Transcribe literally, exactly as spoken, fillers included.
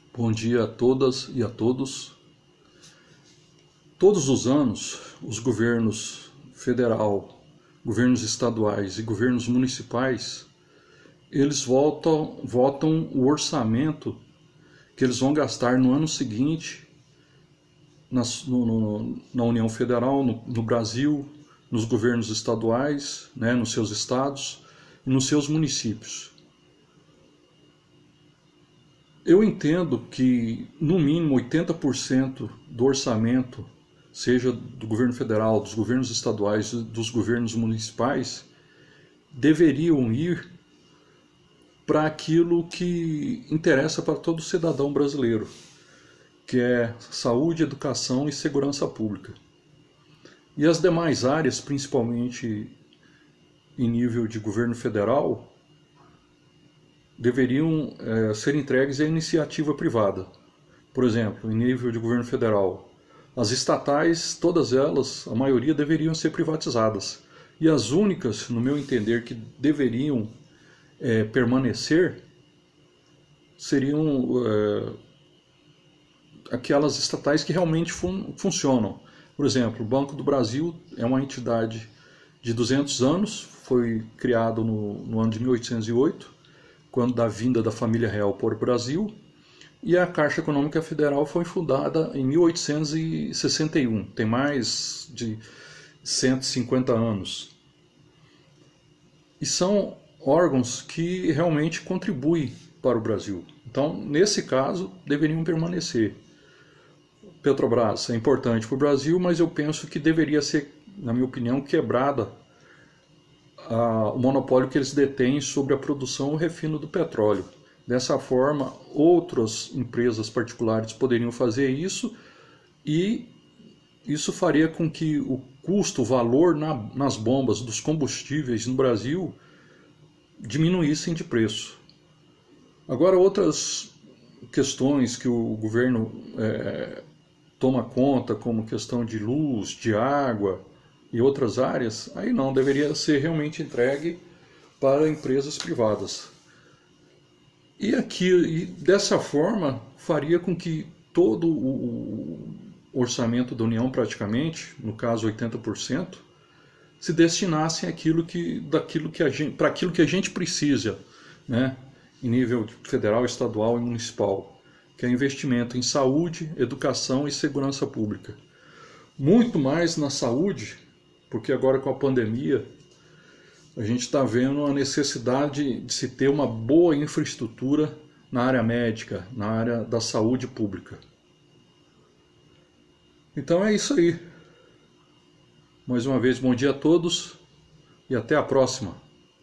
Bom dia a todas e a todos. Todos os anos, os governos federal, governos estaduais e governos municipais, eles votam, votam o orçamento que eles vão gastar no ano seguinte na, no, na União Federal, no, no Brasil, nos governos estaduais, né, nos seus estados e nos seus municípios. Eu entendo que, no mínimo, oitenta por cento do orçamento, seja do governo federal, dos governos estaduais, dos governos municipais, deveriam ir para aquilo que interessa para todo cidadão brasileiro, que é saúde, educação e segurança pública. E as demais áreas, principalmente em nível de governo federal, deveriam é, ser entregues à iniciativa privada. Por exemplo, em nível de governo federal, as estatais, todas elas, a maioria deveriam ser privatizadas. E as únicas, no meu entender, que deveriam é, permanecer seriam é, aquelas estatais que realmente fun funcionam. Por exemplo, o Banco do Brasil é uma entidade de duzentos anos, foi criado no, no ano de mil oitocentos e oito, quando da vinda da família real para o Brasil, e a Caixa Econômica Federal foi fundada em mil oitocentos e sessenta e um, tem mais de cento e cinquenta anos. E são órgãos que realmente contribuem para o Brasil. Então, nesse caso, deveriam permanecer. Petrobras é importante para o Brasil, mas eu penso que deveria ser, na minha opinião, quebrada o monopólio que eles detêm sobre a produção e o refino do petróleo. Dessa forma, outras empresas particulares poderiam fazer isso e isso faria com que o custo, o valor na, nas bombas dos combustíveis no Brasil diminuíssem de preço. Agora, outras questões que o governo é, toma conta, como questão de luz, de água e outras áreas, aí não, deveria ser realmente entregue para empresas privadas. E aqui, e dessa forma, faria com que todo o orçamento da União, praticamente, no caso oitenta por cento, se destinassem àquilo que, daquilo que a gente, para aquilo que a gente precisa, né, em nível federal, estadual e municipal, que é investimento em saúde, educação e segurança pública. Muito mais na saúde, porque agora com a pandemia a gente está vendo a necessidade de se ter uma boa infraestrutura na área médica, na área da saúde pública. Então é isso aí. Mais uma vez, bom dia a todos e até a próxima.